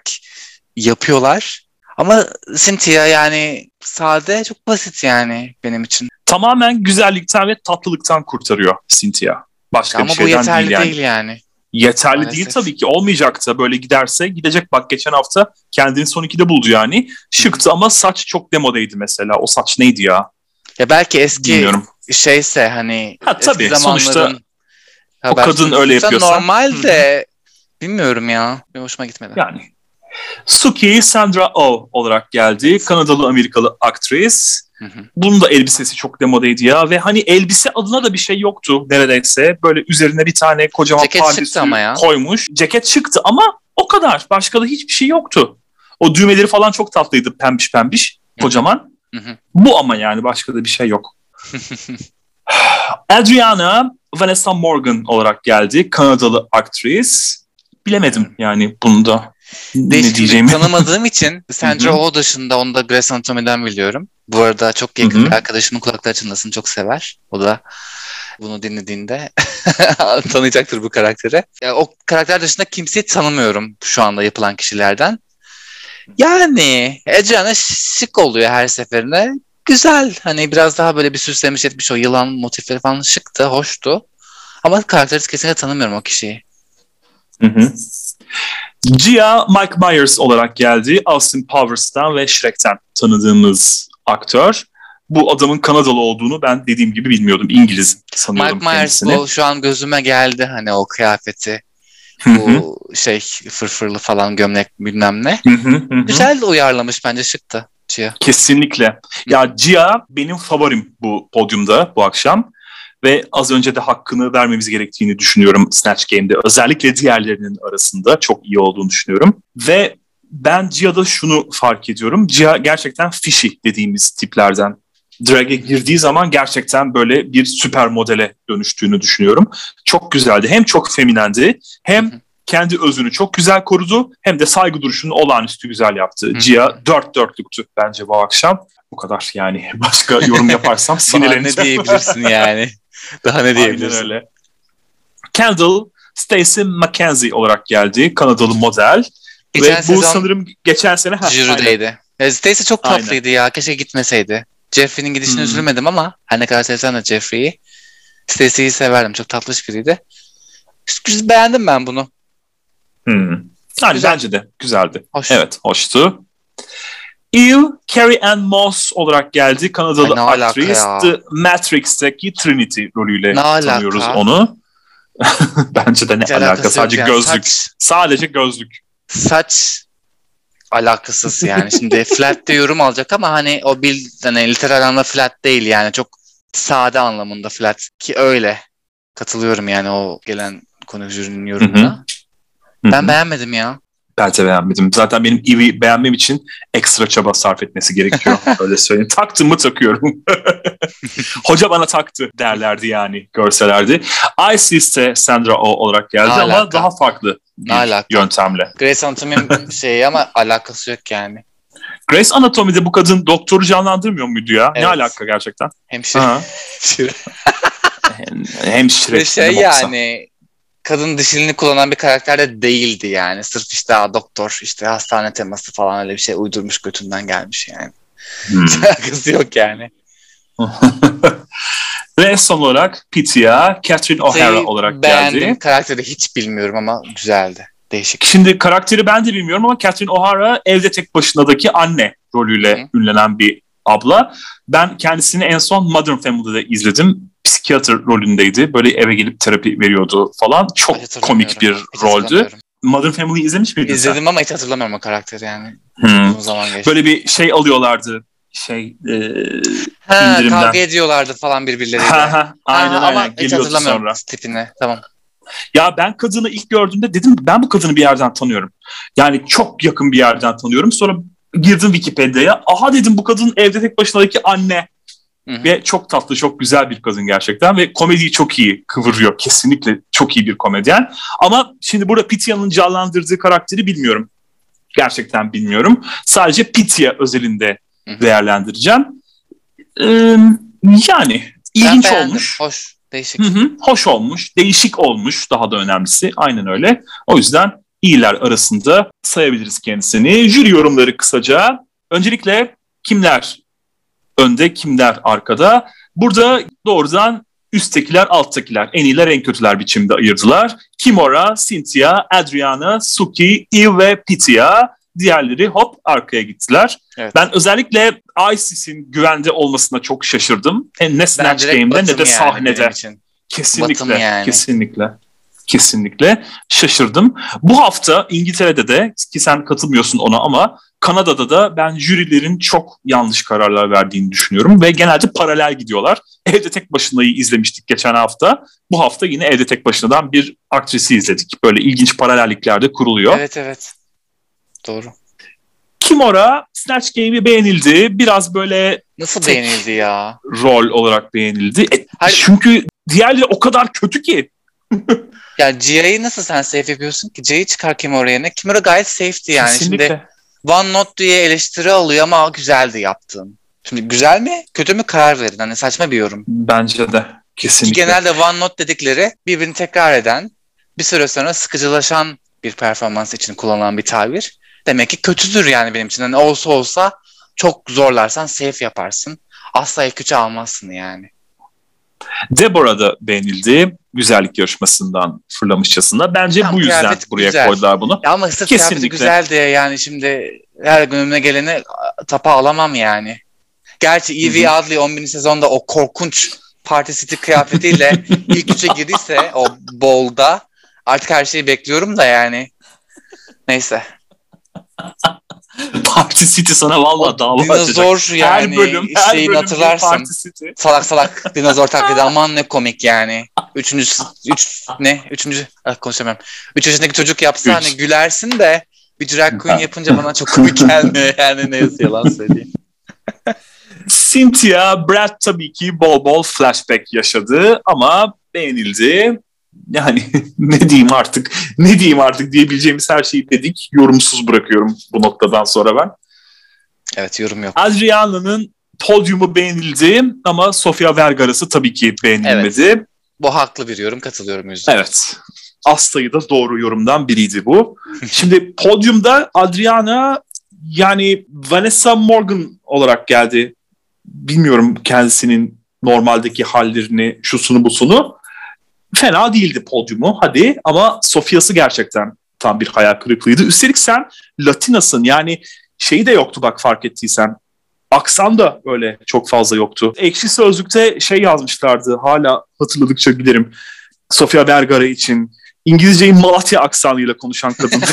yapıyorlar. Ama Cynthia yani sade, çok basit yani benim için. Tamamen güzellikten ve tatlılıktan kurtarıyor Cynthia. Başka ama bir şeyden değil yani. Ama bu yeterli değil yani. Yeterli maalesef. Değil tabii ki. Olmayacaksa böyle giderse gidecek. Bak geçen hafta kendini son ikide buldu yani. Şıktı ama saç çok demodeydi mesela. O saç neydi ya? Ya belki eski bilmiyorum. Şeyse hani ha, tabii, eski sonuçta o kadın öyle yapıyorsa. Normal de bilmiyorum ya. Benim hoşuma gitmedi. Yani Suki Sandra Oh olarak geldi. Kanadalı Amerikalı aktris. Hı hı. Bunun da elbisesi çok demodeydi ya ve hani elbise adına da bir şey yoktu neredeyse. Böyle üzerine bir tane kocaman pardesü koymuş. Ceket çıktı ama o kadar. Başka da hiçbir şey yoktu. O düğmeleri falan çok tatlıydı, pembiş pembiş, kocaman. Hı hı. Bu ama yani başka da bir şey yok. Adriana Vanessa Morgan olarak geldi. Kanadalı aktris. Bilemedim yani bunu da. Ne diyeceğimi tanımadığım için Sandra Oh dışında onu da Grey's Anatomy'den biliyorum. Bu arada çok yakın Hı-hı. bir arkadaşımın kulakları çınlasın, çok sever. O da bunu dinlediğinde tanıyacaktır bu karakteri. Yani o karakter dışında kimseyi tanımıyorum şu anda yapılan kişilerden. Yani Adriana şık oluyor her seferinde. Güzel. Hani biraz daha böyle bir süslemiş etmiş, o yılan motifleri falan şıktı, hoştu. Ama karakteri kesinlikle tanımıyorum o kişiyi. Hı hı. Gia Mike Myers olarak geldi. Austin Powers'tan ve Shrek'ten tanıdığımız aktör. Bu adamın Kanadalı olduğunu ben dediğim gibi bilmiyordum. İngiliz sanıyordum Mike Myers kendisini. bu şu an gözüme geldi hani o kıyafeti. Bu şey fırfırlı falan gömlek bilmem ne. Güzel de uyarlamış bence, şıktı Gia. Kesinlikle. Ya Gia benim favorim bu podyumda bu akşam. Ve az önce de hakkını vermemiz gerektiğini düşünüyorum Snatch Game'de. Özellikle diğerlerinin arasında çok iyi olduğunu düşünüyorum. Ve ben Gia'da şunu fark ediyorum. Gia gerçekten fishy dediğimiz tiplerden. Drag'e girdiği zaman gerçekten böyle bir süper modele dönüştüğünü düşünüyorum. Çok güzeldi. Hem çok feminendi, hem kendi özünü çok güzel korudu, hem de saygı duruşunu olağanüstü güzel yaptı. Gia dört dörtlüktü bence bu akşam. Bu kadar yani. Başka yorum yaparsam sinirleneceğim. Daha ne diyebilirsin yani? Daha ne diyebilirsin? Aynen öyle. Kendall, Stacey McKenzie olarak geldi. Kanadalı model. Geçen Ve sezon bu sanırım geçen sene... jürideydi. Stacey çok tatlıydı ya. Keşke gitmeseydi. Jeffrey'nin gidişine hmm. üzülmedim ama her ne kadar sevsem de Jeffrey'i, Stacey'yi severdim. Çok tatlış biriydi. Beğendim ben bunu. Hmm. Yani bence de güzeldi. Hoş. Evet, hoştu. Eve Carrie Ann Moss olarak geldi. Kanadalı Ay, aktris. The Matrix'teki Trinity rolüyle ne tanıyoruz alaka? onu. Bence de ne Hiç alaka? Sadece yani. gözlük. Saç, Sadece gözlük. Saç alakasız yani. Şimdi flat de yorum alacak ama hani o bil, hani literal anlamda flat değil yani. Çok sade anlamında flat ki öyle. Katılıyorum yani o gelen konuk jürinin yorumuna. Hı-hı. Ben Hı-hı. beğenmedim ya. Ben de beğenmedim. Zaten benim Eve'i beğenmem için ekstra çaba sarf etmesi gerekiyor. Öyle söyleyeyim. Taktım mı takıyorum. Hoca bana taktı derlerdi yani görselerdi. Ice ise Sandra Oh olarak geldi ne ama alaka? Daha farklı bir ne yöntemle. Grace Anatomy'nin şeyi ama alakası yok yani. Grace Anatomy'de bu kadın doktoru canlandırmıyor muydu ya? Evet. Ne alaka gerçekten? Hemşire. Hemşire. Ve şey yani... kadın dişilini kullanan bir karakter de değildi yani. Sırf işte doktor, işte hastane teması falan öyle bir şey uydurmuş, götünden gelmiş yani. Hmm. Alakası yok yani. Ve son olarak Pitya, Catherine O'Hara şey, olarak beğendim. geldi. Karakteri hiç bilmiyorum ama güzeldi. Değişik. Şimdi karakteri ben de bilmiyorum ama Catherine O'Hara evde tek başınadaki anne rolüyle Hı-hı. ünlenen bir abla. Ben kendisini en son Modern Family'de izledim. Psikiyatr rolündeydi. Böyle eve gelip terapi veriyordu falan. Çok komik bir hiç roldü. Modern Family'yi izlemiş miydin İzledim sen? ama hiç hatırlamıyorum o karakteri yani. Hmm. Uzun zaman geçti. Böyle bir şey alıyorlardı. Şey e, ha, indirimden. Kavga ediyorlardı falan birbirleriyle. Ha, ha, aynen ha, ama aynen. Hiç hatırlamıyorum sonra. Tipini. Tamam. Ya ben kadını ilk gördüğümde dedim ben bu kadını bir yerden tanıyorum. Yani çok yakın bir yerden tanıyorum. Sonra girdim Wikipedia'ya. Aha dedim bu kadın evde tek başınadaki anne. Hı-hı. Ve çok tatlı, çok güzel bir kadın gerçekten ve komediyi çok iyi kıvırıyor. Kesinlikle çok iyi bir komedyen. Ama şimdi burada Pitya'nın canlandırdığı karakteri bilmiyorum. Gerçekten bilmiyorum. Sadece Pitya özelinde Hı-hı. değerlendireceğim. Ee, yani ilginç olmuş. Hoş, değişik. Hı-hı. Hoş olmuş, değişik olmuş daha da önemlisi. Aynen öyle. O yüzden iyiler arasında sayabiliriz kendisini. Jüri yorumları kısaca. Öncelikle kimler önde, kimler arkada? Burada doğrudan üsttekiler, alttakiler, en iyiler, en kötüler biçimde ayırdılar. Kimora, Cynthia, Adriana, Suki, Eve ve Pitya. Diğerleri hop arkaya gittiler. Evet. Ben özellikle Isis'in güvende olmasına çok şaşırdım. Hem ne Snatch Game'de ne de sahnede. Yani kesinlikle, yani. kesinlikle. Kesinlikle şaşırdım. Bu hafta İngiltere'de de, ki sen katılmıyorsun ona ama Kanada'da da ben jürilerin çok yanlış kararlar verdiğini düşünüyorum ve genelde paralel gidiyorlar. Evde Tek Başına'yı izlemiştik geçen hafta. Bu hafta yine Evde Tek Başına'dan bir aktrisi izledik. Böyle ilginç paralellikler de kuruluyor. Evet evet. Doğru. Kimora Snatch Game'i beğenildi. Biraz böyle... Nasıl beğenildi ya? Rol olarak beğenildi. E, çünkü diğerleri o kadar kötü ki. Ya Gia'yı nasıl sen safe yapıyorsun ki? Gia'yı çıkar Kimora'ya ne? Kimora gayet safe'ti yani. Kesinlikle. Şimdi One Note diye eleştiri alıyor ama güzeldi yaptığın. Şimdi güzel mi kötü mü karar verin. Hani saçma bir yorum. Bence de. Kesinlikle. Ki genelde One Note dedikleri birbirini tekrar eden, bir süre sonra sıkıcılaşan bir performans için kullanılan bir tabir. Demek ki kötüdür yani benim için. Hani olsa olsa çok zorlarsan safe yaparsın. Asla ilk üçe almazsın yani. Deborah da beğenildi. Güzellik yarışmasından fırlamışçasına. Bence tamam, bu yüzden buraya güzel. Koydular bunu. Ya ama sırf kıyafeti güzel diye yani şimdi her günüme geleni tapa alamam yani. Gerçi Evie Oddly on bininci sezonda o korkunç Party City kıyafetiyle ilk üçe girdiyse o bowl'da Artık her şeyi bekliyorum da yani. Neyse. Party City sana vallahi dava açacak. Dinozor yani her bölüm, her şeyini bölüm hatırlarsın. Party City. Salak salak dinozor taklidi, aman ne komik yani. Üçüncü, üç, ne? Üçüncü, ah, konuşamıyorum. Üç yaşındaki çocuk yapsa Üç. hani gülersin de bir drag queen yapınca bana çok komik gelmiyor yani, ne yalan söyleyeyim. Cynthia Brad tabii ki bol bol flashback yaşadı ama beğenildi. Yani ne diyeyim artık, ne diyeyim artık diyebileceğimiz her şeyi dedik. Yorumsuz bırakıyorum bu noktadan sonra ben. Evet, yorum yok. Adriana'nın podyumu beğenildi ama Sofia Vergara'sı tabii ki beğenilmedi. Evet. Bu haklı bir yorum, katılıyorum yüzde. Evet. Az sayıda doğru yorumdan biriydi bu. Şimdi podyumda Adriana yani Vanessa Morgan olarak geldi. Bilmiyorum kendisinin normaldeki hallerini, şusunu busunu. Fena değildi podyumu hadi ama Sofia'sı gerçekten tam bir hayal kırıklığıydı. Üstelik sen Latinasın yani şeyi de yoktu bak fark ettiysen. Aksan da öyle çok fazla yoktu. Ekşi Sözlük'te şey yazmışlardı, hala hatırladıkça gülerim. Sofia Vergara için İngilizceyi Malatya aksanıyla konuşan kadın.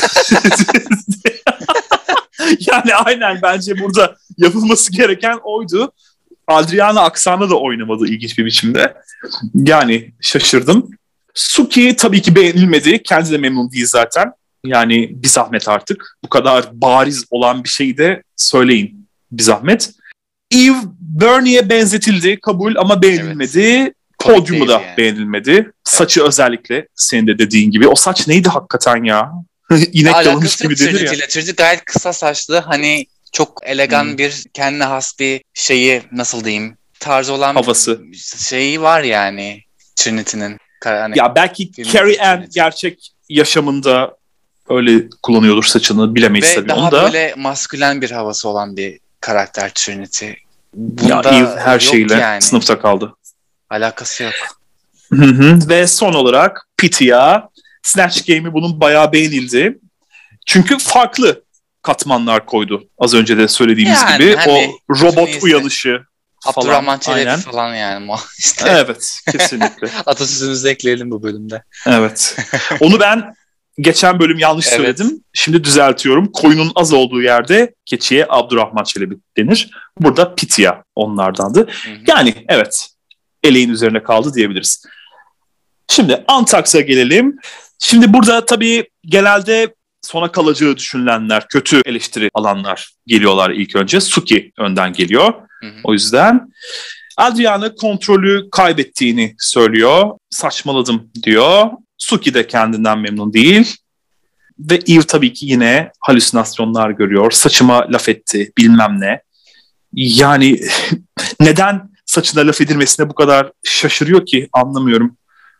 Yani aynen bence burada yapılması gereken oydu. Adriana aksanı da oynamadı ilginç bir biçimde. Yani şaşırdım. Suki tabii ki beğenilmedi. Kendi de memnun değil zaten. Yani bir zahmet artık. Bu kadar bariz olan bir şeyi de söyleyin. Bir zahmet. Eve Bernie'ye benzetildi. Kabul ama beğenilmedi. Evet. Podyumu da yani beğenilmedi. Saçı evet. Özellikle senin de dediğin gibi. O saç neydi hakikaten ya? İnek yalamış gibi denir ya. Trinity gayet kısa saçlı. Hani çok elegan hmm. bir kendine has bir şeyi, nasıl diyeyim, tarzı olan havası şeyi var yani Trinity'nin. Hani ya belki Carrie Ann gerçek yaşamında öyle kullanıyordur saçını, bilemeyiz ve tabii. Ve daha onu da böyle maskülen bir havası olan bir karakter Trinity. Bunda ya Eve her şeyle yani sınıfta kaldı. Alakası yok. Hı hı. Ve son olarak Pitya. Snatch Game'i bunun bayağı beğenildi. Çünkü farklı katmanlar koydu. Az önce de söylediğimiz yani, gibi. Hani, o robot uyanışı falan. Abdurrahman Çelebi falan yani. İşte. Evet, kesinlikle. Atasözümüzü ekleyelim bu bölümde. Evet. Onu ben geçen bölüm yanlış evet. söyledim. Şimdi düzeltiyorum. Koyunun az olduğu yerde keçiye Abdurrahman Çelebi denir. Burada Pitya onlardandı. Hı hı. Yani evet, eleğin üzerine kaldı diyebiliriz. Şimdi Antaks'a gelelim. Şimdi burada tabii genelde sona kalacağı düşünülenler, kötü eleştiri alanlar geliyorlar ilk önce. Suki önden geliyor. Hı hı. O yüzden Adriana kontrolü kaybettiğini söylüyor. Saçmaladım diyor. Suki de kendinden memnun değil. Ve Eve tabii ki yine halüsinasyonlar görüyor. Saçıma laf etti, bilmem ne. Yani neden saçına laf edilmesine bu kadar şaşırıyor ki anlamıyorum.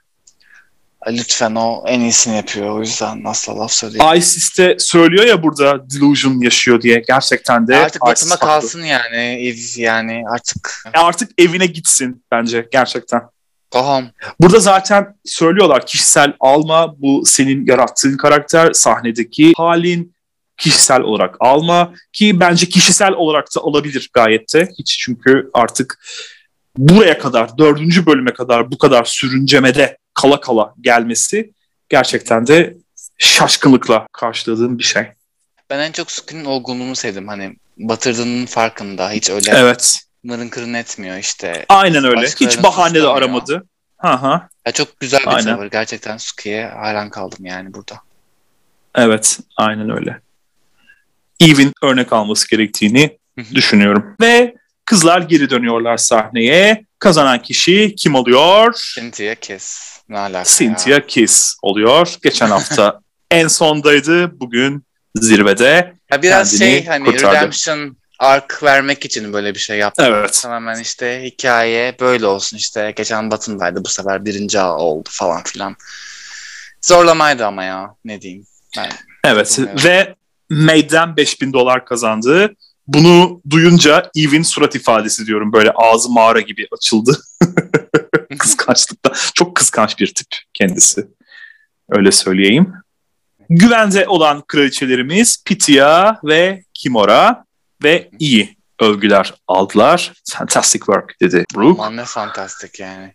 Lütfen, o en iyisini yapıyor, o yüzden nasıl laf söyleyeyim. Isis'te söylüyor ya burada delusion yaşıyor diye, gerçekten de. Artık batıma kalsın yani ev, yani artık. Artık evine gitsin bence gerçekten. Kaham. Burada zaten söylüyorlar, kişisel alma, bu senin yarattığın karakter, sahnedeki halin, kişisel olarak alma, ki bence kişisel olarak da alabilir gayet de. Hiç, çünkü artık buraya kadar, dördüncü bölüme kadar bu kadar sürüncemede kala kala gelmesi gerçekten de şaşkınlıkla karşıladığım bir şey. Ben en çok Suki'nin olgunluğunu sevdim. Hani batırdığının farkında. Hiç öyle evet. mırın kırın etmiyor işte. Aynen öyle. Hiç bahane de aramadı. Ha. Ya çok güzel bir aynen. Tavır. Gerçekten Suki'ye hayran kaldım yani burada. Evet. Aynen öyle. Eve'in örnek alması gerektiğini düşünüyorum. Ve kızlar geri dönüyorlar sahneye. Kazanan kişi kim oluyor? Cynthia Kiss. Ne alaka Cynthia ya? Kiss oluyor. Geçen hafta en sondaydı. Bugün zirvede. Ya biraz şey hani kurtardı. Redemption arc vermek için böyle bir şey yaptı. Evet. Tamamen işte hikaye böyle olsun, işte geçen Batın'daydı, bu sefer birinci oldu falan filan. Zorlamaydı ama ya, ne diyeyim. Ben evet ve May'den beş bin dolar kazandı. Bunu duyunca Eve'in surat ifadesi diyorum, böyle ağzı mağara gibi açıldı. Kıskançlıkta. Çok kıskanç bir tip kendisi. Öyle söyleyeyim. Güvende olan kraliçelerimiz Pitya ve Kimora ve iyi övgüler aldılar. Fantastic work dedi Brooke. Aman ne fantastik yani.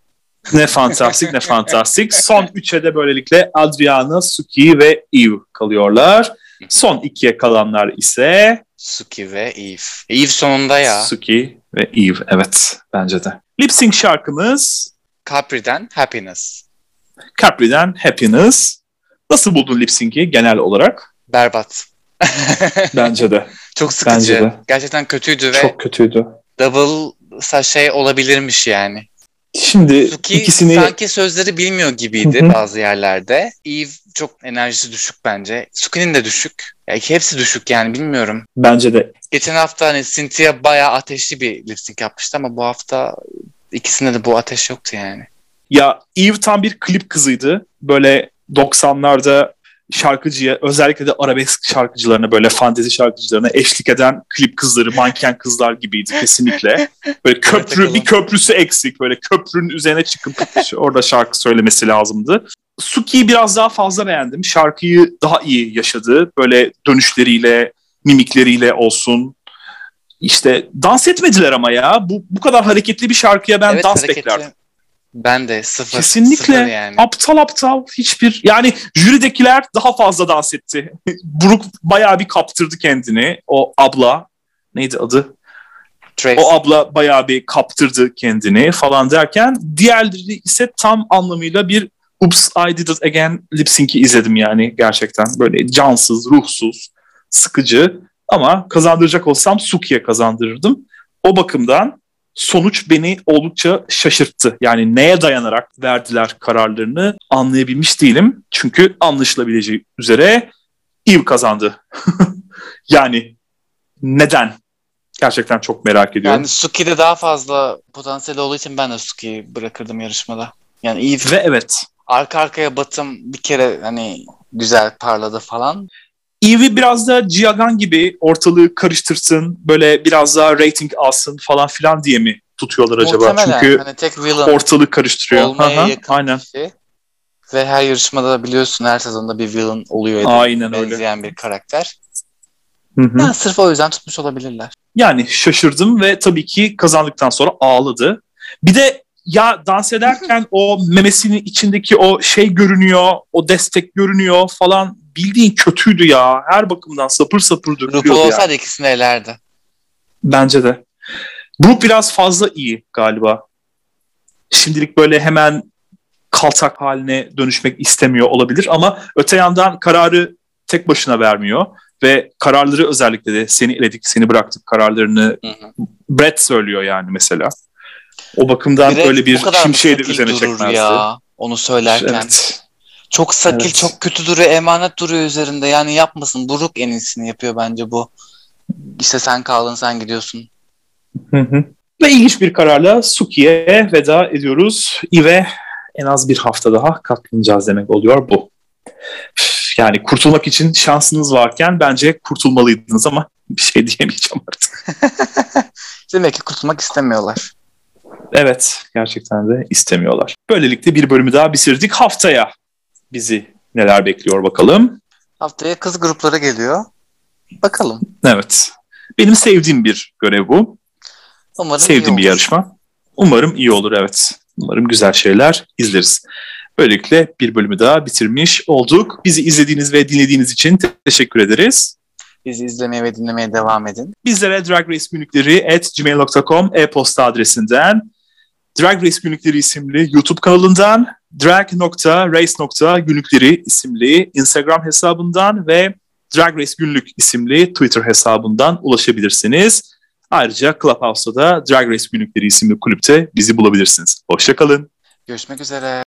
Ne fantastik ne fantastik. Son üçe de böylelikle Adriana, Suki ve Eve kalıyorlar. Son ikiye kalanlar ise Suki ve Eve. Eve sonunda ya. Suki ve Eve, evet bence de. Lip sync şarkımız Capri'den Happiness. Capri'den Happiness. Nasıl buldun lip sync'i genel olarak? Berbat. Bence de. Çok sıkıcı. Bence de. Gerçekten kötüydü ve çok kötüydü. Double şey olabilirmiş yani. Şimdi Suki ikisini... sanki sözleri bilmiyor gibiydi Hı-hı. bazı yerlerde. Eve çok enerjisi düşük bence. Suki'nin de düşük. Ya hepsi düşük yani, bilmiyorum. Bence de. Geçen hafta hani Cynthia bayağı ateşli bir lip sync yapmıştı ama bu hafta ikisinde de bu ateş yoktu yani. Ya Eve tam bir klip kızıydı. Böyle doksanlarda şarkıcıya, özellikle de arabesk şarkıcılarına, böyle fantezi şarkıcılarına eşlik eden klip kızları, manken kızlar gibiydi kesinlikle. Böyle köprü, evet, bir köprüsü eksik, böyle köprünün üzerine çıkıp orada şarkı söylemesi lazımdı. Suki'yi biraz daha fazla beğendim. Şarkıyı daha iyi yaşadı. Böyle dönüşleriyle, mimikleriyle olsun. İşte dans etmediler ama ya. Bu bu kadar hareketli bir şarkıya ben evet, dans hareketli. beklerdim. Ben de sıfır. Kesinlikle sıfır yani. aptal aptal hiçbir, yani jüridekiler daha fazla dans etti. Brooke bayağı bir kaptırdı kendini. O abla neydi adı? Tracy. O abla bayağı bir kaptırdı kendini falan derken diğerleri ise tam anlamıyla bir Oops I Did It Again lip sync'i izledim yani gerçekten. Böyle cansız, ruhsuz, sıkıcı ama kazandıracak olsam Suki'ye kazandırırdım. O bakımdan sonuç beni oldukça şaşırttı. Yani neye dayanarak verdiler kararlarını anlayabilmiş değilim. Çünkü anlaşılabileceği üzere Eve kazandı. Yani neden? Gerçekten çok merak ediyorum. Yani Suki'de daha fazla potansiyel olduğu için ben de Suki'yi bırakırdım yarışmada. Yani Eve ve evet. Arka arkaya Batım bir kere hani güzel parladı falan. Eve'i biraz da Jiagan gibi ortalığı karıştırsın, böyle biraz daha rating alsın falan filan diye mi tutuyorlar acaba? Muhtemelen. Çünkü hani tek villain ortalığı karıştırıyor. Olmaya Aha, yakın aynen. bir şey. Ve her yarışmada biliyorsun her sezonda bir villain oluyor. Aynen benzeyen öyle. bir karakter. Hı hı. Yani sırf o yüzden tutmuş olabilirler. Yani şaşırdım ve tabii ki kazandıktan sonra ağladı. Bir de ya dans ederken o memesinin içindeki o şey görünüyor, o destek görünüyor falan, bildiğin kötüydü ya. Her bakımdan sapır sapır dökülüyordu RuPaul ya. olsaydı ikisini elerdi. Bence de. Brooke biraz fazla iyi galiba. Şimdilik böyle hemen kaltak haline dönüşmek istemiyor olabilir ama öte yandan kararı tek başına vermiyor. Ve kararları özellikle de seni eledik, seni bıraktık kararlarını Brett söylüyor yani mesela. O bakımdan Brett öyle bir şimşeği de üzerine durur çekmezdi. Ya, onu söylerken. Evet. Çok sakil, Evet. çok kötü duruyor, emanet duruyor üzerinde. Yani yapmasın. Brooke en iyisini yapıyor bence bu. İşte sen kaldın, sen gidiyorsun. Hı hı. Ve ilginç bir kararla Suki'ye veda ediyoruz. Eve en az bir hafta daha katlanacağız demek oluyor bu. Yani kurtulmak için şansınız varken bence kurtulmalıydınız ama bir şey diyemeyeceğim artık. Demek ki kurtulmak istemiyorlar. Evet, gerçekten de istemiyorlar. Böylelikle bir bölümü daha bitirdik. Haftaya bizi neler bekliyor bakalım. Haftaya kız grupları geliyor. Bakalım. Evet. Benim sevdiğim bir görev bu. Umarım sevdiğim bir yarışma. Umarım iyi olur, evet. Umarım güzel şeyler izleriz. Böylelikle bir bölümü daha bitirmiş olduk. Bizi izlediğiniz ve dinlediğiniz için teşekkür ederiz. Bizi izlemeye ve dinlemeye devam edin. Bizlere Drag Race Günlükleri at gmail nokta com e-posta adresinden, Drag Race Günlükleri isimli YouTube kanalından, drag nokta race nokta günlükleri isimli Instagram hesabından ve Drag Race Günlük isimli Twitter hesabından ulaşabilirsiniz. Ayrıca Clubhouse'da da Drag Race Günlükleri isimli kulüpte bizi bulabilirsiniz. Hoşça kalın. Görüşmek üzere.